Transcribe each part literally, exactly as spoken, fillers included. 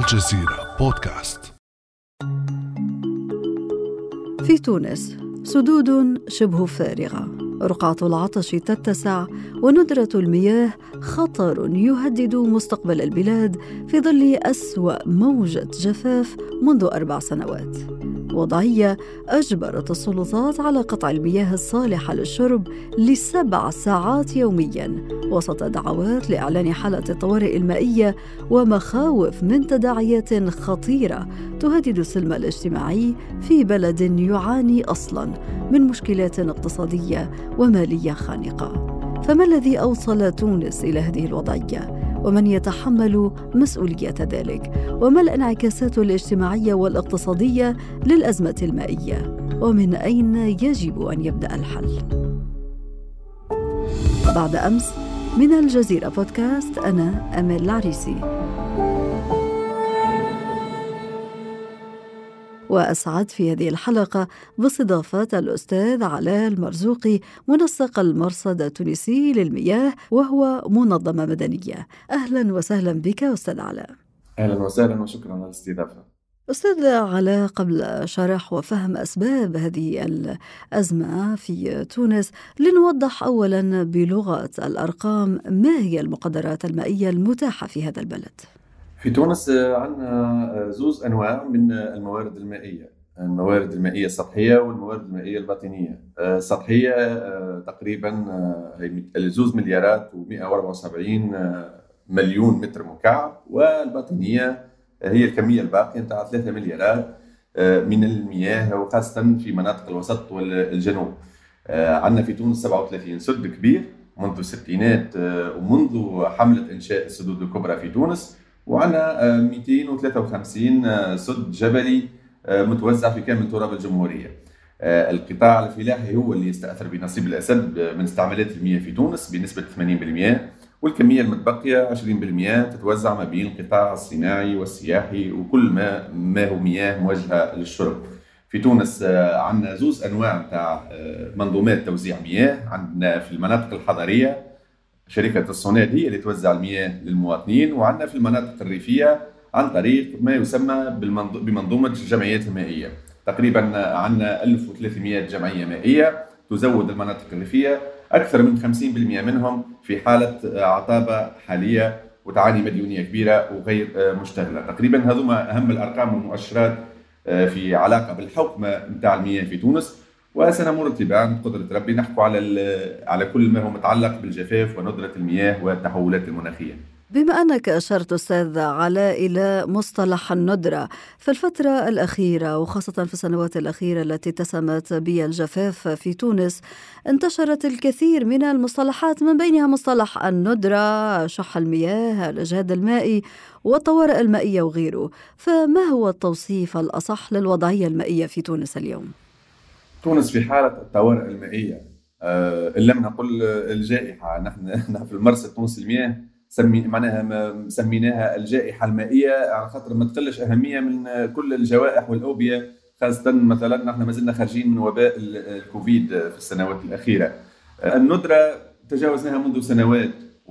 الجزيرة بودكاست. في تونس سدود شبه فارغة، رقعة العطش تتسع، وندرة المياه خطر يهدد مستقبل البلاد في ظل أسوأ موجة جفاف منذ أربع سنوات. وضعية أجبرت السلطات على قطع المياه الصالحة للشرب لسبع ساعات يومياً، وسط دعوات لإعلان حالة الطوارئ المائية ومخاوف من تداعيات خطيرة تهدد السلم الاجتماعي في بلد يعاني أصلاً من مشكلات اقتصادية ومالية خانقة. فما الذي أوصل تونس إلى هذه الوضعية؟ ومن يتحمل مسؤولية ذلك؟ وما الانعكاسات الاجتماعية والاقتصادية للأزمة المائية؟ ومن أين يجب أن يبدأ الحل؟ بعد أمس من الجزيرة بودكاست، أنا أمال العريسي. وأسعد في هذه الحلقة باستضافة الأستاذ علاء المرزوقي، منسق المرصد التونسي للمياه وهو منظمة مدنية. أهلا وسهلا بك أستاذ علاء. أهلا وسهلا وشكرا على الاستضافة. أستاذ علاء، قبل شرح وفهم أسباب هذه الأزمة في تونس، لنوضح أولا بلغة الأرقام ما هي المقدرات المائية المتاحة في هذا البلد؟ في تونس عندنا زوز أنواع من الموارد المائية، الموارد المائية السطحية والموارد المائية الباطنية. السطحية تقريبا الزوز مليارات ومئة وأربعة وسبعين مليون متر مكعب، والباطنية هي الكمية الباقية نتاع ثلاثة مليارات من المياه، وخاصة في مناطق الوسط والجنوب. عندنا في تونس سبعة وثلاثين سد كبير منذ الستينات ومنذ حملة إنشاء السدود الكبرى في تونس، وعندنا مئتين وثلاثة وخمسين سد جبلي متوزع في كامل تراب الجمهورية. القطاع الفلاحي هو اللي يستأثر بنصيب الأسد من استعمالات المياه في تونس بنسبة ثمانين بالمئة، والكمية المتبقية عشرين بالمئة تتوزع ما بين القطاع الصناعي والسياحي وكل ما ما هو مياه موجهة للشرب. في تونس عندنا زوز أنواع تاع منظومات توزيع مياه. عندنا في المناطق الحضرية شركة الصناد هي اللي توزع المياه للمواطنين، وعندنا في المناطق الريفية عن طريق ما يسمى بمنظومة الجمعيات المائية. تقريبا عندنا ألف وثلاثمئة جمعية مائية تزود المناطق الريفية، أكثر من خمسين بالمئة منهم في حالة عطابة حالية وتعاني مديونية كبيرة وغير مشتغلة. تقريبا هذوما أهم الأرقام والمؤشرات في علاقة بالحوكمة متاع المياه في تونس. وسنمر تباعا بقدرة ربي نحكوا على على كل ما هو متعلق بالجفاف وندرة المياه والتحولات المناخية. بما أنك أشرت أستاذ علاء إلى مصطلح الندرة، في الفترة الأخيرة وخاصة في السنوات الأخيرة التي اتسمت بالجفاف في تونس، انتشرت الكثير من المصطلحات، من بينها مصطلح الندرة، شح المياه، الإجهاد المائي والطوارئ المائية وغيره. فما هو التوصيف الأصح للوضعية المائية في تونس اليوم؟ تونس في حالة الطوارئ المائية، أه إن لم نقل الجائحة. نحن في المرصد التونسي المياه سمي معناها سميناها الجائحة المائية على خاطر ما تقلش أهمية من كل الجوائح والأوبية، خاصة مثلا نحن ما زلنا خارجين من وباء الكوفيد في السنوات الأخيرة. الندرة تجاوزناها منذ سنوات،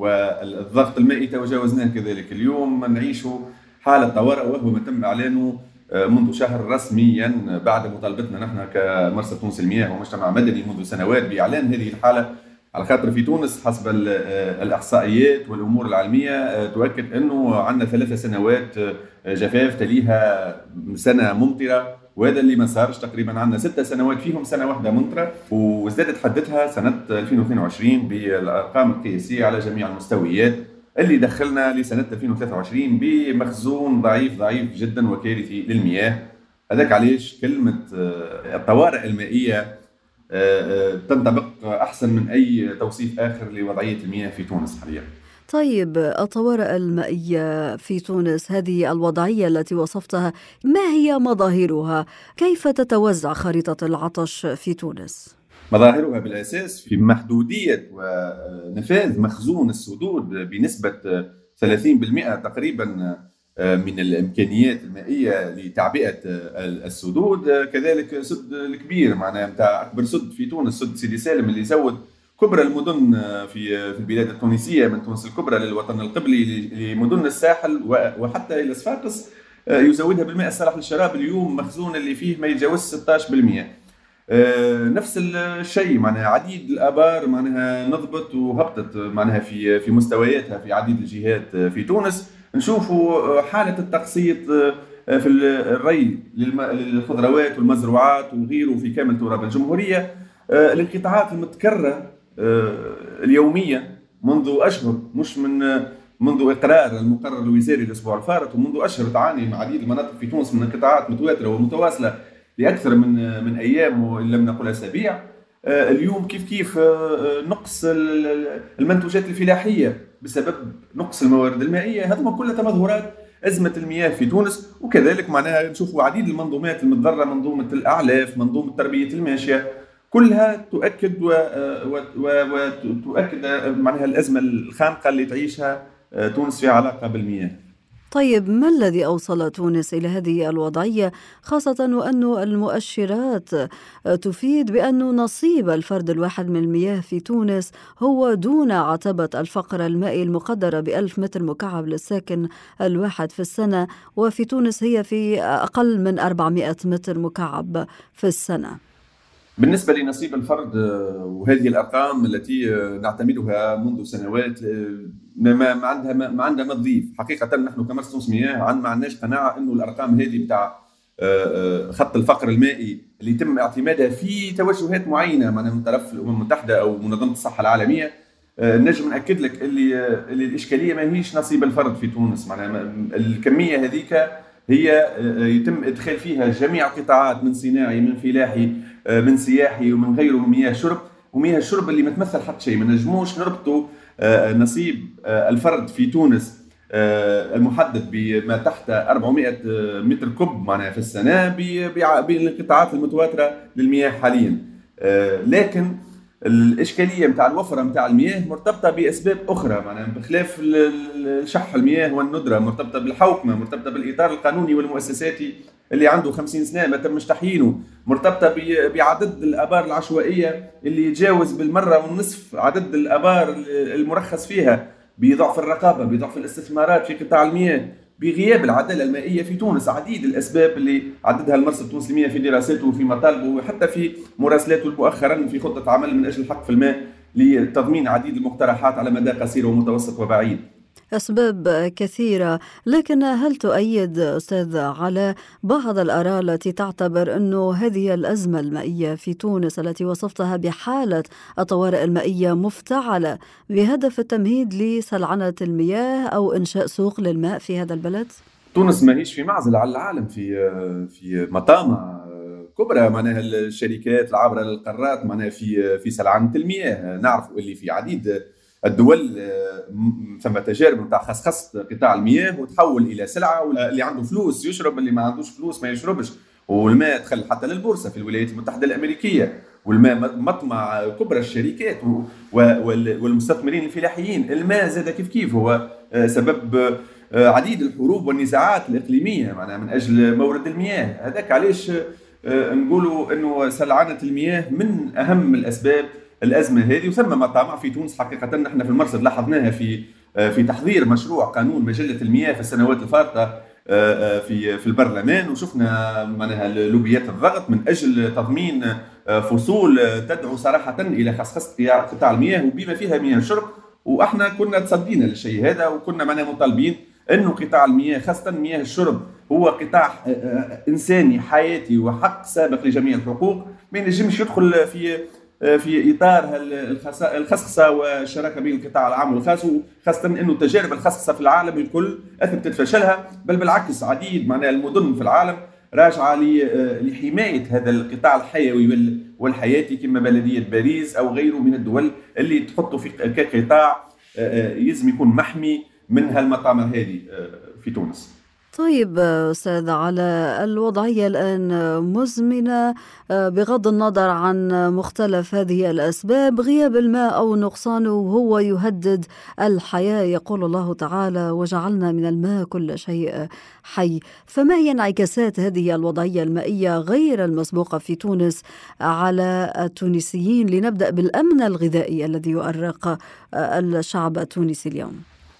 والضغط المائي تجاوزناه كذلك. اليوم نعيش حالة طوارئ، وهو ما تم إعلانه منذ شهر رسميا بعد مطالبتنا نحن كمرصد تونس المياه ومجتمع مدني منذ سنوات بإعلان هذه الحالة، على خاطر في تونس حسب الإحصائيات والأمور العلمية تؤكد أنه عندنا ثلاثة سنوات جفاف تليها سنة ممطرة، وهذا اللي ما صارش. تقريبا عندنا ستة سنوات فيهم سنة واحدة ممطرة، وازدادت حدتها سنة ألفين واثنين وعشرين بالأرقام القياسية على جميع المستويات، اللي دخلنا لسنة ألفين وثلاثة وعشرين بمخزون ضعيف ضعيف جدا وكارثي للمياه. هذاك علاش كلمة الطوارئ المائية تنطبق أحسن من أي توصيف آخر لوضعية المياه في تونس حاليا. طيب، الطوارئ المائية في تونس، هذه الوضعية التي وصفتها، ما هي مظاهرها؟ كيف تتوزع خريطة العطش في تونس؟ مظاهرها بالأساس في محدودية ونفاذ مخزون السدود بنسبة ثلاثين بالمئة تقريبا من الإمكانيات المائية لتعبئة السدود. كذلك سد الكبير معناها متاع أكبر سد في تونس، سد سيدي سالم، اللي يزود كبرى المدن في في البلاد التونسية، من تونس الكبرى للوطن القبلي لمدن الساحل وحتى إلى صفاقس. يزودها بالماء الصالح للشراب. اليوم مخزون اللي فيه ما يتجاوز ستة عشر بالمئة. نفس الشيء معناها عديد الآبار معناها نضبط وهبطت معناها في في مستوياتها في عديد الجهات في تونس. نشوفوا حالة التقسيط في الري للخضروات والمزروعات وغيره في كامل تراب الجمهورية. الانقطاعات المتكررة اليومية منذ أشهر، مش من منذ إقرار المقرر الوزاري الأسبوع الفارط، ومنذ أشهر تعاني عديد المناطق في تونس من انقطاعات متواترة ومتواصلة لأكثر من من أيام وإن لم نقل أسابيع. اليوم كيف كيف نقص المنتوجات الفلاحية بسبب نقص الموارد المائية. هذه كلها تمظهرات أزمة المياه في تونس. وكذلك معناها نشوفوا عديد المنظومات المتضررة، منظومة الأعلاف، منظومة تربية الماشية، كلها تؤكد وتؤكد معناها الأزمة الخانقة اللي تعيشها تونس في علاقة بالمياه. طيب، ما الذي أوصل تونس إلى هذه الوضعية، خاصة وأن المؤشرات تفيد بأن نصيب الفرد الواحد من المياه في تونس هو دون عتبة الفقر المائي المقدرة بألف متر مكعب للساكن الواحد في السنة، وفي تونس هي في أقل من أربعمائة متر مكعب في السنة؟ بالنسبة لنصيب الفرد، وهذه الأرقام التي نعتمدها منذ سنوات ما ما عندها ما عندها ما تضيف. حقيقة نحن كمركز تونس مياه ما عندناش قناعة إنه الأرقام هذه بتاع خط الفقر المائي اللي يتم اعتمادها في توجهات معينة معنا من طرف الأمم المتحدة أو منظمة الصحة العالمية. نجم نأكد لك اللي, اللي الإشكالية ما هيش نصيب الفرد في تونس. معنا الكمية هذيك هي يتم إدخال فيها جميع القطاعات، من صناعي من فلاحي من سياحي ومن غيره من مياه شرب. ومياه الشرب اللي ما تمثل حتى شيء. ما نجموش نربطوا نصيب الفرد في تونس المحدد بما تحت أربعمائة متر كوب معناها في السنة بالقطاعات المتواترة للمياه حاليا. لكن الإشكالية متاع الوفرة متاع المياه مرتبطة بأسباب أخرى، معناها بخلاف الشح المياه والندرة، مرتبطة بالحوكمة، مرتبطة بالإطار القانوني والمؤسساتي اللي عنده خمسين سنة ما تمش تحيينه، مرتبطة بعدد الآبار العشوائية اللي يتجاوز بالمرة والنصف عدد الآبار المرخص فيها، بضعف الرقابة، بضعف الاستثمارات في قطاع المياه، بغياب العدالة المائية في تونس. عديد الأسباب اللي عددها المرصد التونسي للمياه في دراساته وفي مطالبه وحتى في مراسلاته مؤخرا في خطة عمل من أجل الحق في الماء لتضمين عديد المقترحات على مدى قصير ومتوسط وبعيد. أسباب كثيرة، لكن هل تؤيد أستاذ على بعض الآراء التي تعتبر أنه هذه الأزمة المائية في تونس التي وصفتها بحالة الطوارئ المائية مفتعلة بهدف التمهيد لسلعنة المياه أو إنشاء سوق للماء في هذا البلد؟ تونس ما هيش في معزل على العالم، في في مطامع كبرى معناها الشركات العابرة للقارات معناها في في سلعنة المياه. نعرف اللي في عديد الدول ثم تجارب نتاع خصخص قطاع المياه وتحول الى سلعه، واللي عنده فلوس يشرب، اللي ما عندوش فلوس ما يشربش. والماء دخل حتى للبورصه في الولايات المتحده الامريكيه، والماء مطمع كبرى الشركات والمستثمرين الفلاحيين. الماء زاد كيف كيف هو سبب عديد الحروب والنزاعات الاقليميه معناها من اجل مورد المياه. هذاك علاش نقولوا انه سلعنه المياه من اهم الاسباب الأزمة هذه. وثم مطامع في تونس حقيقة نحن في المرصد لاحظناها في في تحضير مشروع قانون مجلة المياه في السنوات الفارطة في في البرلمان، وشفنا معناها لوبيات الضغط من أجل تضمين فصول تدعو صراحة إلى خصخصة قطاع المياه وبما فيها مياه الشرب. وإحنا كنا تصدينا للشيء هذا، وكنا معنا مطالبين أنه قطاع المياه خاصة مياه الشرب هو قطاع إنساني حياتي وحق سابق لجميع الحقوق، ما ينجمش يدخل في في اطار الخصخصه والشراكه بين القطاع العام والخاص، وخاصه انه تجارب الخصخصه في العالم الكل اثبتت فشلها، بل بالعكس عديد معناها المدن في العالم راجعه لحمايه هذا القطاع الحيوي والحياتي كما بلديه باريس او غيره من الدول اللي تحطه في كقطاع يلزم يكون محمي من هالمطامع هذه في تونس. طيب أستاذ على الوضعية الآن مزمنة بغض النظر عن مختلف هذه الأسباب، غياب الماء أو نقصانه وهو يهدد الحياة. يقول الله تعالى: وجعلنا من الماء كل شيء حي. فما هي انعكاسات هذه الوضعية المائية غير المسبوقة في تونس على التونسيين؟ لنبدأ بالأمن الغذائي الذي يؤرق الشعب التونسي اليوم.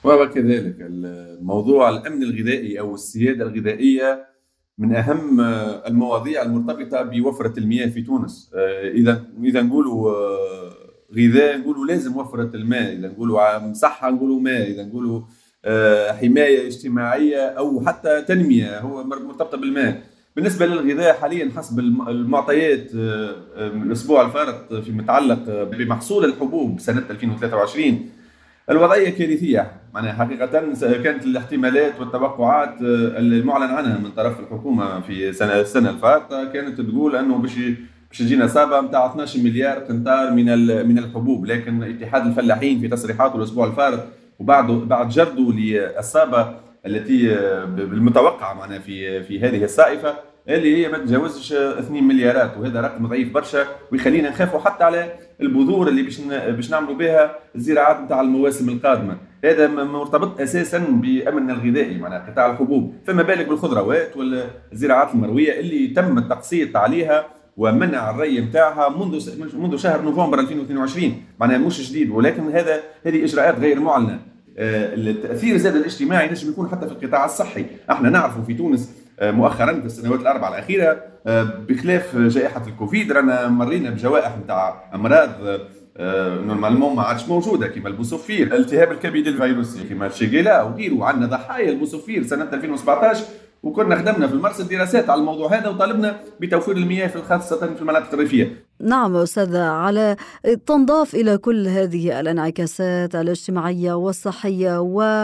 وكذلك الموضوع الأمن الغذائي أو السيادة الغذائية من أهم المواضيع المرتبطة بوفرة المياه في تونس. إذا إذا نقولوا غذاء نقولوا لازم وفرة الماء، إذا نقولوا صحة نقولوا ماء، إذا نقولوا حماية اجتماعية أو حتى تنمية هو مرتبطة بالماء. بالنسبة للغذاء حاليا حسب المعطيات الأسبوع الفارط في متعلق بمحصول الحبوب سنة ألفين وثلاثة وعشرين الوضعية كارثية. معناها حقيقة كانت الاحتمالات والتوقعات المعلن عنها من طرف الحكومة في سنة السنة الفارطة كانت تقول أنه باش باش تجينا إصابة نتاع اثناش مليار قنطار من من الحبوب، لكن اتحاد الفلاحين في تصريحاته الأسبوع الفارط وبعد بعد جرده للإصابة التي بالمتوقعة معنا في في هذه الصائفة اللي هي ما تجاوزش اثنين مليارات، وهذا رقم ضعيف برشا ويخلينا نخافوا حتى على البذور اللي باش باش نعملوا بها الزراعات نتاع المواسم القادمه. هذا مرتبط اساسا بامن الغذائي معناها قطاع الحبوب، فما بالك بالخضروات والزراعات المرويه اللي تم التقسيط عليها ومنع الري نتاعها منذ منذ شهر نوفمبر ألفين واثنين وعشرين. معناها مش جديد، ولكن هذا هذه اجراءات غير معلنه. التاثير زاد الاجتماعي نجم يكون حتى في القطاع الصحي. احنا نعرفوا في تونس مؤخرا في السنوات الاربعه الاخيره بخلاف جائحه الكوفيد رانا مرينا بجوائح نتاع امراض نورمالمون ما عادش موجوده كما البوسوفير، التهاب الكبد الفيروسي كما الشيغيلا وغيره. عندنا ضحايا البوسوفير سنه ألفين وسبعطاش، وكنا خدمنا في المرصد دراسات على الموضوع هذا وطالبنا بتوفير المياه في خاصه في المناطق الريفيه. نعم أستاذ، على تنضاف إلى كل هذه الانعكاسات الاجتماعية والصحية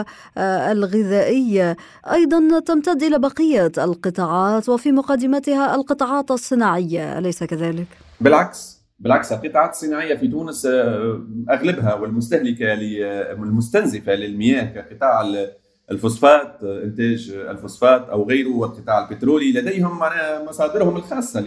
والغذائية أيضا تمتد إلى بقية القطاعات وفي مقدمتها القطاعات الصناعية، أليس كذلك؟ بالعكس بالعكس القطاعات الصناعية في تونس أغلبها والمستهلكة المستنزفة للمياه كقطاع الفوسفات، إنتاج الفوسفات أو غيره، والقطاع البترولي لديهم معناها مصادرهم الخاصة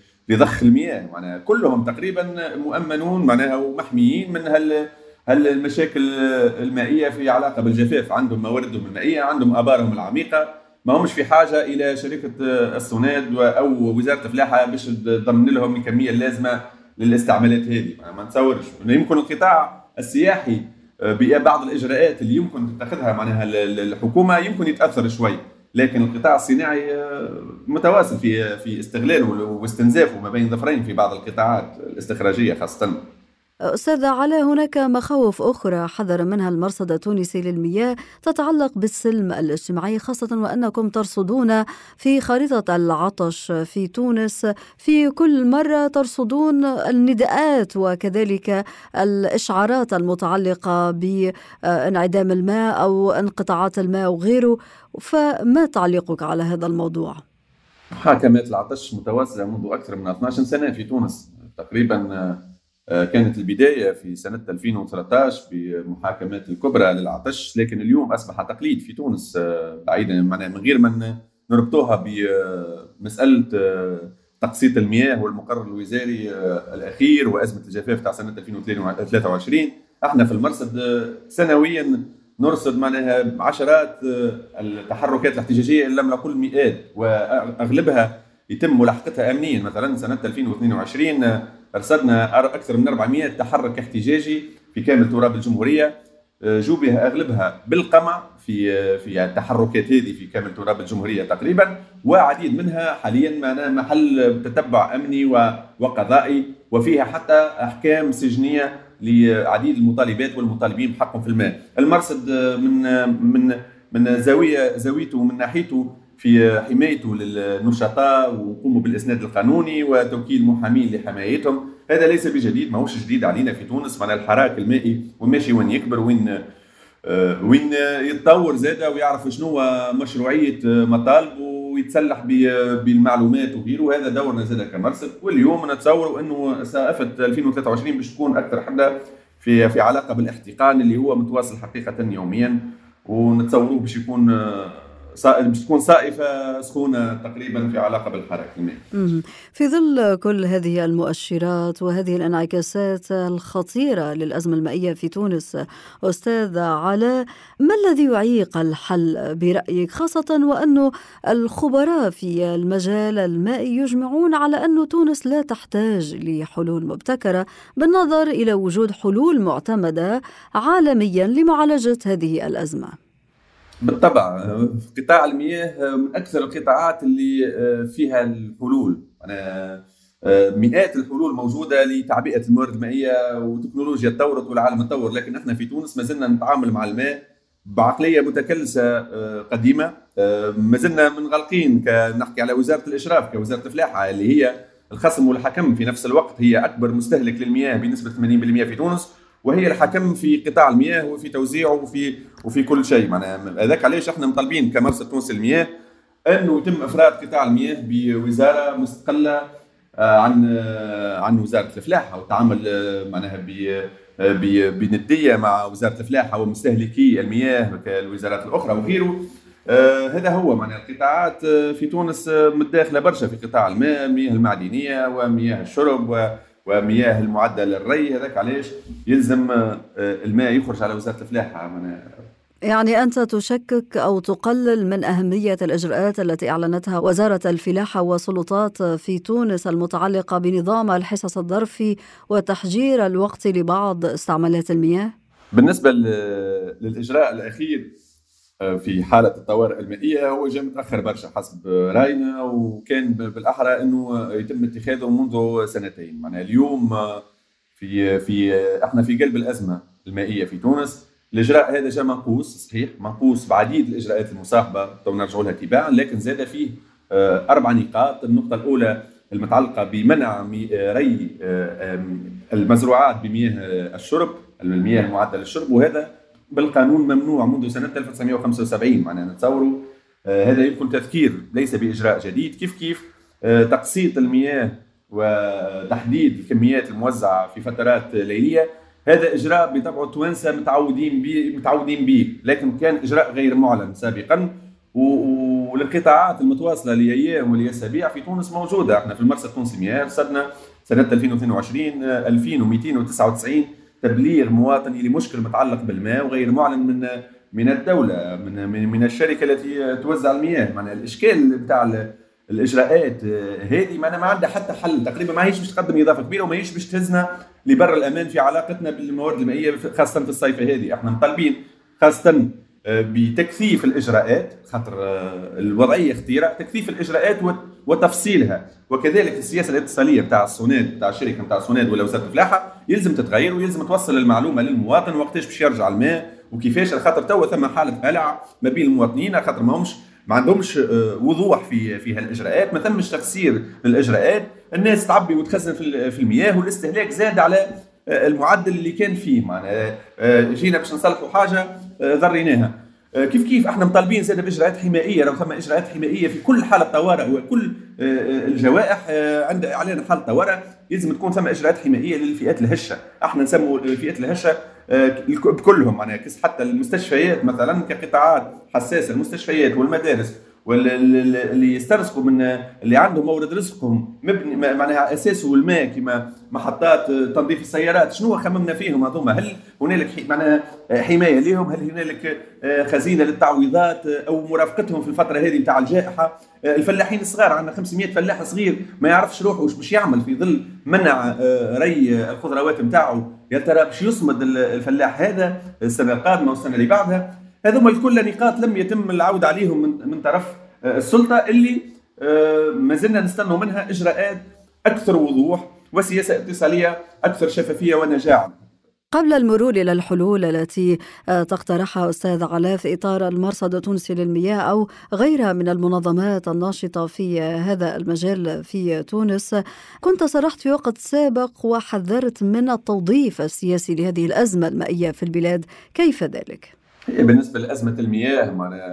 لضخ المياه. معناها كلهم تقريبا مؤمنون معناها ومحميين من هال هالمشاكل المائية في علاقة بالجفاف. عندهم مواردهم المائية، عندهم آبارهم العميقة، ما همش في حاجة إلى شركة السوناد أو وزارة الفلاحة باش تضمن لهم الكمية اللازمة للاستعمالات هذه. ما نتصورش. يمكن القطاع السياحي ببعض الإجراءات اللي يمكن تتخذها معناها الحكومة يمكن يتأثر شوي، لكن القطاع الصناعي متواصل في في استغلاله واستنزافه ما بين ظفرين في بعض القطاعات الاستخراجية خاصة. أستاذ علاء، هناك مخاوف أخرى حذر منها المرصد التونسي للمياه تتعلق بالسلم الاجتماعي، خاصة وأنكم ترصدون في خريطة العطش في تونس في كل مرة ترصدون النداءات وكذلك الإشعارات المتعلقة بانعدام الماء أو انقطاعات الماء وغيره، فما تعليقك على هذا الموضوع؟ محاكمات العطش متواصلة منذ أكثر من اثناش سنة في تونس تقريبا. كانت البداية في سنة ألفين وثلاثة عشر بمحاكمات الكبرى للعطش، لكن اليوم أصبح تقليد في تونس بعيدا معناها من غير ما نربطوها بمسألة تقسيط المياه والمقرر الوزاري الأخير وأزمة الجفاف تاع سنة ألفين وثلاثة وعشرين. احنا في المرصد سنويا نرصد معناها عشرات التحركات الاحتجاجية إن لم نقل مئات، وأغلبها يتم ملاحقتها أمنيا. مثلا سنة ألفين واثنين وعشرين أرصدنا أكثر من أربعمئة تحرك احتجاجي في كامل تراب الجمهورية، جو بها أغلبها بالقمع في في التحركات هذه في كامل تراب الجمهورية تقريبا، وعديد منها حاليا محل تتبع أمني وقضائي، وفيها حتى أحكام سجنية لعديد المطالبات والمطالبين بحقهم في الماء. المرصد من من من زاوية زاويته من ناحيته في حمايته للنشطاء وقوموا بالإسناد القانوني وتوكيل محامين لحمايتهم. هذا ليس بجديد، ما هوش جديد علينا في تونس. معناها الحراك المائي وماشي وين يكبر وين آه وين يتطور زاده ويعرف شنو مشروعية مطالب ويتسلح بالمعلومات وغيره. هذا دورنا زاده كمرصد، واليوم نتصور أنه صائفة ألفين وثلاثة وعشرين باش تكون أكثر حدة في في علاقة بالاحتقان اللي هو متواصل حقيقة يوميا، ونتصوروه باش يكون باش تكون صائفة سخونة تقريبا في علاقة بالحركة الماء. في ظل كل هذه المؤشرات وهذه الانعكاسات الخطيرة للأزمة المائية في تونس، أستاذ علاء، ما الذي يعيق الحل برأيك، خاصة وأن الخبراء في المجال المائي يجمعون على أن تونس لا تحتاج لحلول مبتكرة بالنظر إلى وجود حلول معتمدة عالميا لمعالجة هذه الأزمة؟ بالطبع قطاع المياه من أكثر القطاعات اللي فيها الحلول. أنا مئات الحلول موجودة لتعبئة الموارد المائية، وتكنولوجيا تطورت والعالم تطور، لكن احنا في تونس ما زلنا نتعامل مع الماء بعقلية متكلسة قديمة. ما زلنا منغلقين، كنحكي على وزارة الإشراف كوزارة الفلاحة اللي هي الخصم والحكم في نفس الوقت، هي أكبر مستهلك للمياه بنسبة ثمانين بالمئة في تونس، وهي الحكم في قطاع المياه وفي توزيعه وفي وفي كل شيء. معناها هذاك علاش احنا مطالبين كمرصد تونس للمياه انه يتم افراد قطاع المياه بوزاره مستقله عن عن وزاره الفلاحه، وتعامل معناها بنديه مع وزاره الفلاحه ومستهلكي المياه كالوزارات الاخرى وغيره. هذا هو معناها القطاعات في تونس متداخله برشا في قطاع الماء، المياه المعدنيه ومياه الشرب و ومياه المعدة للري. هذاك علاش يلزم الماء يخرج على وزارة الفلاحة. يعني أنت تشكك أو تقلل من أهمية الإجراءات التي أعلنتها وزارة الفلاحة وسلطات في تونس المتعلقة بنظام الحصص الظرفي وتحجير الوقت لبعض استعمالات المياه؟ بالنسبة للإجراء الأخير في حالة الطوارئ المائية هو جاء متأخر برشا حسب رأينا، وكان بالأحرى أنه يتم اتخاذه منذ سنتين. معناها اليوم في في احنا في قلب الأزمة المائية في تونس. الإجراء هذا جاء منقوص، صحيح منقوص بعديد الإجراءات المصاحبة تو نرجعوا لها تباعا، لكن زاد فيه أربع نقاط. النقطة الأولى المتعلقة بمنع ري المزروعات بمياه الشرب، المياه المعدة للشرب، وهذا بالقانون ممنوع منذ سنة ألف وتسعمئة وخمسة وسبعين. معناها نتصوروا آه هذا يمكن تذكير ليس بإجراء جديد. كيف كيف آه تقسيط المياه وتحديد الكميات الموزعة في فترات ليلية، هذا إجراء بطبعه التوانسة متعودين به متعودين به، لكن كان إجراء غير معلن سابقا. والانقطاعات المتواصلة لأيام ولأسابيع في تونس موجودة. احنا في المرصد التونسي المياه رصدنا سنة ألفين واثنين وعشرين ألفين ومئتين وتسعة وتسعين تبليغ مواطني لمشكل متعلق بالماء وغير معلن من من الدولة، من من, من الشركة التي توزع المياه. معناها الإشكال بتاع الإجراءات هذه ما ما عندها حتى حل تقريبا، ما هيش باش تقدم إضافة كبيرة وما هيش باش تهزنا لبر الأمان في علاقتنا بالموارد المائية، خاصة في الصيف هذه. احنا مطالبين خاصة بتكثيف الإجراءات، خاطر الوضعية خطيرة، تكثيف الإجراءات وتفصيلها، وكذلك السياسة الاتصالية بتاع السوناد بتاع الشركة بتاع السوناد ولا وزارة الفلاحة يلزم تتغير، ويلزم توصل المعلومة للمواطن وقتاش باش يرجع الماء وكيفاش، خاطر توا ثم حالة هلع ما بين المواطنين، خاطر ما همش ما عندهمش وضوح في في هالإجراءات، ما ثمش تفسير للإجراءات. الناس تعبي وتخزن في المياه والاستهلاك زاد على المعدل اللي كان فيه. معناها جينا باش نصلحوا حاجة ضريناها. كيف كيف احنا مطالبين زاد باجراءات حمائيه، لو ثم اجراءات حمائيه في كل حاله طوارئ وكل الجوائح عند اعلان حاله طوارئ يلزم تكون ثم اجراءات حمائيه للفئات الهشه. احنا نسموا الفئات الهشه بكلهم، معناها حتى المستشفيات مثلا كقطاعات حساسه، المستشفيات والمدارس واللي يسترزقوا من اللي عندهم مورد رزقهم مبني معناها اساسه الماء، كما محطات تنظيف السيارات. شنو خممنا فيهم هذوما؟ هل هنالك معناها حمايه لهم؟ هل هنالك خزينه للتعويضات او مرافقتهم في الفتره هذه نتاع الجائحه؟ الفلاحين الصغار، عندنا خمسمئة فلاح صغير ما يعرفش روحه واش باش يعمل في ظل منع ري الخضروات نتاعو. يا ترى باش يصمد الفلاح هذا السنه القادمه والسنه اللي بعدها؟ هذوما الكل نقاط لم يتم العود عليهم من من طرف السلطه، اللي ما زلنا نستنوا منها اجراءات اكثر وضوح وسياسه اتصاليه اكثر شفافيه ونجاعه. قبل المرور إلى الحلول التي تقترحها أستاذ علاء في إطار المرصد التونسي للمياه أو غيرها من المنظمات الناشطة في هذا المجال في تونس، كنت صرحت في وقت سابق وحذرت من التوظيف السياسي لهذه الأزمة المائية في البلاد، كيف ذلك؟ بالنسبة لأزمة المياه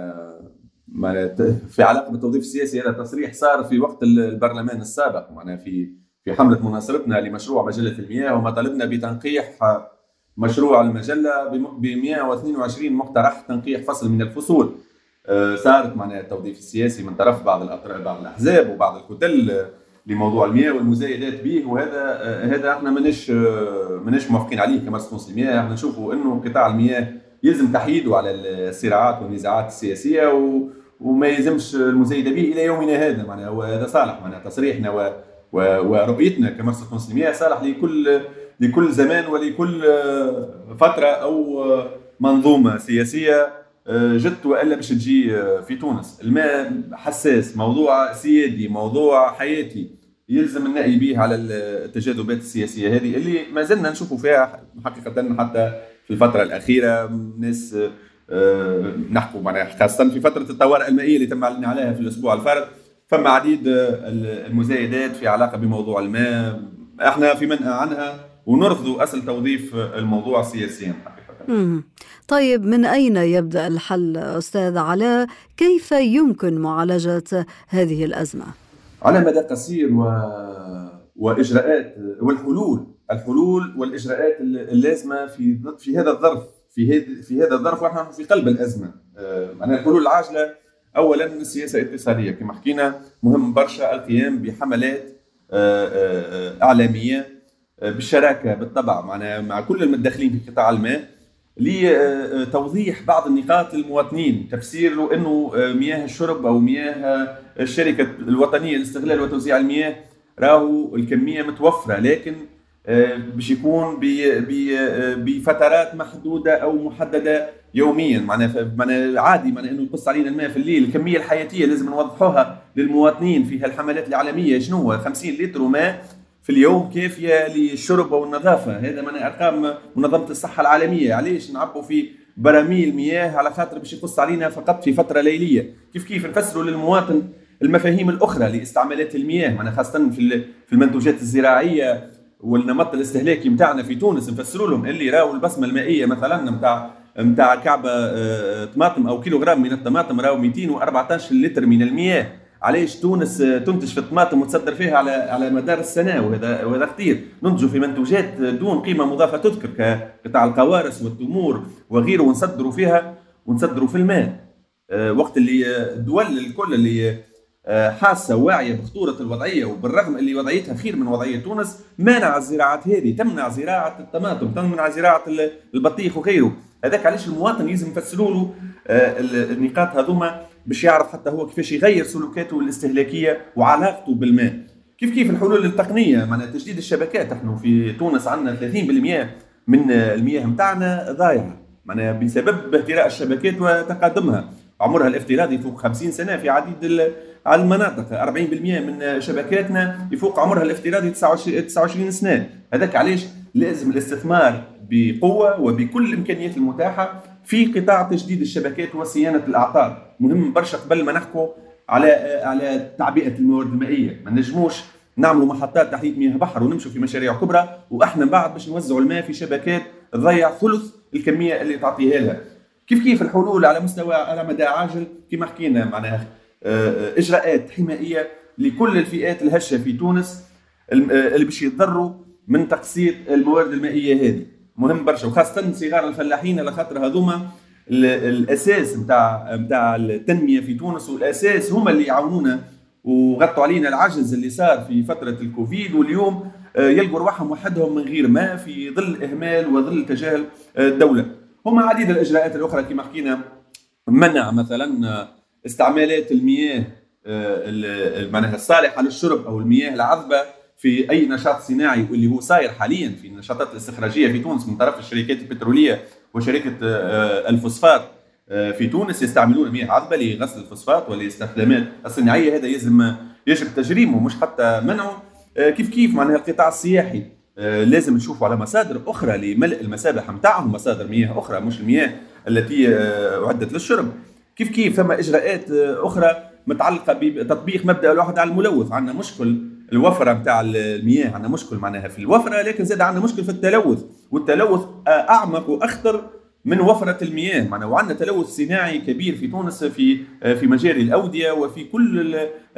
معناها في علاقة بالتوظيف السياسي، هذا تصريح صار في وقت البرلمان السابق، معناها في في حملة مناصرتنا لمشروع مجلة المياه، وما طلبنا بتنقيح مشروع المجلة ب مئة واثنين وعشرين مقترح تنقيح فصل من الفصول. صارت معناها التوظيف السياسي من طرف بعض الأطراف بعض الأحزاب وبعض الكتل لموضوع المياه والمزايدات به، وهذا هذا احنا ماناش ماناش موافقين عليه كمرسى المياه. احنا نشوفوا انه قطاع المياه يلزم تحييده على الصراعات والنزاعات السياسيه و وما يلزمش المزايده به الى يومنا هذا معناها. وهذا صالح معناها تصريحنا و ورؤيتنا كمرسى المياه صالح لكل لكل زمان ولكل فتره او منظومه سياسيه جت والا باش تجي في تونس. الماء حساس، موضوع سيادي، موضوع حياتي، يلزم النأي به على التجاذبات السياسيه هذه اللي ما زلنا نشوفوا فيها حقيقه حتى في الفتره الاخيره. ناس نحكوا معناها خاصه في فتره الطوارئ المائيه اللي تم الاعلان عليها في الاسبوع الفارط، فما عديد المزايدات في علاقه بموضوع الماء احنا في منأى عنها ونرفض اصل توظيف الموضوع سياسيا حقيقه. مم. طيب من أين يبدأ الحل أستاذ علاء؟ كيف يمكن معالجة هذه الأزمة؟ على مدى قصير و... وإجراءات والحلول الحلول والإجراءات اللازمة في في هذا الظرف في هذا في هذا الظرف ونحن في قلب الأزمة. أنا الحلول العاجلة أولا السياسة الاقتصادية كما حكينا، مهم برشا القيام بحملات إعلامية بالشراكة بالطبع معنا مع كل المتدخلين في قطاع الماء لتوضيح بعض النقاط للمواطنين، تفسير انه مياه الشرب او مياه الشركه الوطنيه لاستغلال وتوزيع المياه راهو الكميه متوفره، لكن باش يكون بفترات محدوده او محدده يوميا. معناها معناها عادي معناها انه يقص علينا الماء في الليل، الكميه الحياتيه لازم نوضحوها للمواطنين في هالحملات الاعلاميه. شنو خمسين لتر ماء في اليوم كافيه للشرب والنظافه، هذا من ارقام منظمه الصحه العالميه. علاش نعبوا في براميل مياه على خاطر باش يقص علينا فقط في فتره ليليه؟ كيف كيف نفسروا للمواطن المفاهيم الاخرى لاستعمالات المياه، معنا خاصه في في المنتوجات الزراعيه والنمط الاستهلاكي نتاعنا في تونس، نفسروا لهم اللي راهو البصمه المائيه مثلا نتاع نتاع كعبه طماطم او كيلوغرام من الطماطم راهو مئتين وأربعطاش لتر من المياه. علاش تونس تنتج في الطماطم وتصدر فيها على على مدار السنه، وهذا وهذا خطير. ننتجوا في منتوجات دون قيمه مضافه تذكر كقطاع القوارص والتمور وغيره، ونصدروا فيها ونصدروا في الماء. وقت اللي الدول الكل اللي حاسه واعيه بخطوره الوضعيه وبالرغم اللي وضعيتها خير من وضعيه تونس مانع الزراعات هذه، تمنع زراعه الطماطم، تمنع زراعه البطيخ وغيره. هذاك علاش المواطن لازم يفسروا له النقاط هذوما باش يعرف حتى هو كيفاش يغير سلوكاته الاستهلاكيه وعلاقته بالماء. كيف كيف الحلول التقنيه، معناها تجديد الشبكات. احنا في تونس عندنا ثلاثين بالمئة من المياه نتاعنا ضايعه، معناها بسبب اهتراء الشبكات وتقادمها. عمرها الافتراضي يفوق خمسين سنه في عديد على المناطق، أربعين بالمئة من شبكاتنا يفوق عمرها الافتراضي تسعة وعشرين سنه. هذاك علاش لازم الاستثمار بقوه وبكل الامكانيات المتاحه في قطاع تجديد الشبكات وصيانه الاعطال. مهم برشا قبل ما نحكوا على على تعبئه الموارد المائيه، ما نجموش نعملوا محطات تحليه مياه بحر ونمشوا في مشاريع كبرى واحنا بعد باش نوزعوا الماء في شبكات تضيع ثلث الكميه اللي تعطيها لها. كيف كيف الحلول على مستوى على مدى عاجل كما حكينا، معناها اجراءات حمائيه لكل الفئات الهشه في تونس اللي باش يتضروا من تقصير الموارد المائيه هذه. مهم برشا، وخاصه صغار الفلاحين على خاطر هذوما الاساس نتاع نتاع التنميه في تونس، والاساس هما اللي يعاونونا وغطوا علينا العجز اللي صار في فتره الكوفيد، واليوم يلقوا رواحهم وحدهم من غير ما في ظل اهمال وظل تجاهل الدوله. هما عديد الاجراءات الاخرى كما حكينا، منع مثلا استعمالات المياه معناها الصالحه للشرب او المياه العذبه في اي نشاط صناعي، واللي هو صاير حاليا في النشاطات الاستخراجيه في تونس من طرف الشركات البتروليه وشركه الفوسفات في تونس، يستعملون مياه عذبه لغسل الفوسفات ولاستخدامات الصناعيه. هذا يلزم يجب تجريمه مش حتى منعه. كيف كيف معناها القطاع السياحي لازم نشوفوا على مصادر اخرى لملء المسابح نتاعهم، مصادر مياه اخرى مش المياه التي اعدت للشرب. كيف كيف ثم اجراءات اخرى متعلقه بتطبيق مبدا الواحد على الملوث. عندنا مشكل الوفره نتاع المياه، عندنا مشكل معناها في الوفره، لكن زاد عندنا مشكل في التلوث، والتلوث اعمق واخطر من وفره المياه. معناها وعندنا تلوث صناعي كبير في تونس في في مجاري الاوديه وفي كل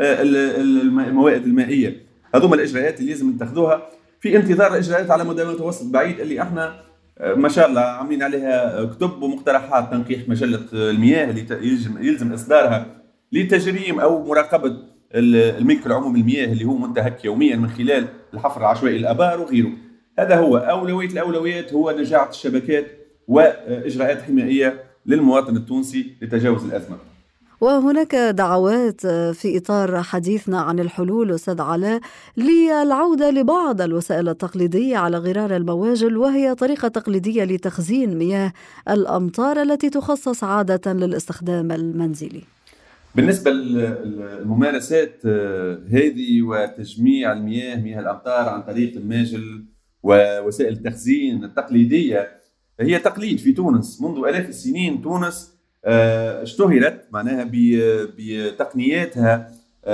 الموائد المائيه. هذوما الاجراءات اللي لازم نتخذوها في انتظار اجراءات على مدى متوسط بعيد اللي احنا ما شاء الله عاملين عليها كتب ومقترحات تنقيح مجلة المياه اللي يلزم, يلزم إصدارها لتجريم أو مراقبة الملك العمومي المياه اللي هو منتهك يوميا من خلال الحفر العشوائي الآبار وغيره. هذا هو أولوية الأولويات، هو نجاعة الشبكات وإجراءات حمائية للمواطن التونسي لتجاوز الأزمة. وهناك دعوات في إطار حديثنا عن الحلول أستاذ علاء للعودة لبعض الوسائل التقليدية على غرار المواجل، وهي طريقة تقليدية لتخزين مياه الأمطار التي تخصص عادة للاستخدام المنزلي. بالنسبة للممارسات هذه وتجميع المياه مياه الأمطار عن طريق الماجل ووسائل التخزين التقليدية، هي تقليد في تونس منذ آلاف السنين. تونس اشتهرت معناها بتقنياتها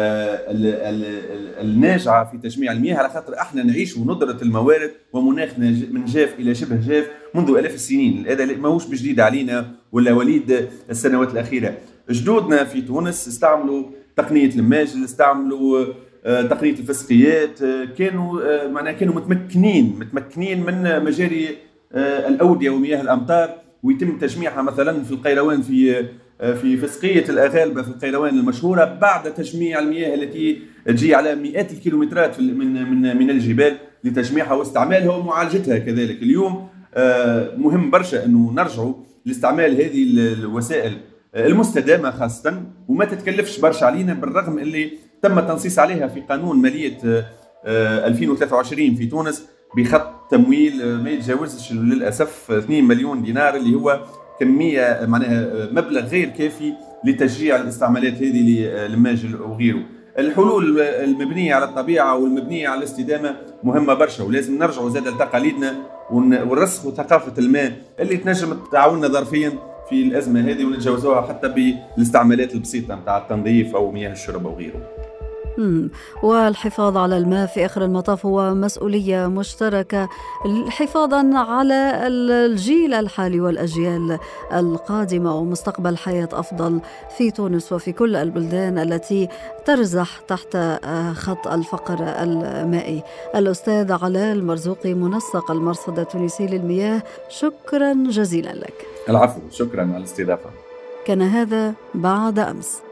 الناجعة في تجميع المياه، على خاطر احنا نعيش ندرة الموارد ومناخ من جاف إلى شبه جاف منذ آلاف السنين. هذا ماهوش بجديد علينا ولا وليد السنوات الأخيرة. جدودنا في تونس استعملوا تقنية الماجل، استعملوا تقنية الفسقيات، كانوا معناها كانوا متمكنين متمكنين من مجاري الأودية ومياه الأمطار، ويتم تجميعها مثلا في القيروان في في فسقية الأغالبة في القيروان المشهورة بعد تجميع المياه التي تجي على مئات الكيلومترات من من من الجبال لتجميعها واستعمالها ومعالجتها كذلك. اليوم مهم برشا أنه نرجعوا لاستعمال هذه الوسائل المستدامة خاصة، وما تتكلفش برشا علينا، بالرغم اللي تم التنصيص عليها في قانون مالية ألفين وثلاثة وعشرين في تونس بخط تمويل ما يتجاوزش للأسف اثنين مليون دينار، اللي هو كمية معناها مبلغ غير كافي لتشجيع الاستعمالات هذه للماجل وغيره. الحلول المبنية على الطبيعة والمبنية على الاستدامة مهمة برشا، ولازم نرجعوا زاد لتقاليدنا ونرسخوا ثقافة الماء اللي تنجم تعاوننا ظرفيا في الأزمة هذه ونتجاوزوها حتى بالاستعمالات البسيطة متاع التنظيف أو مياه الشرب وغيره. والحفاظ على الماء في آخر المطاف هو مسؤولية مشتركة حفاظا على الجيل الحالي والأجيال القادمة ومستقبل حياة أفضل في تونس وفي كل البلدان التي ترزح تحت خط الفقر المائي. الأستاذ علاء المرزوقي، منسق المرصد التونسي للمياه، شكرا جزيلا لك. العفو، شكرا على الاستضافة. كان هذا بعد أمس.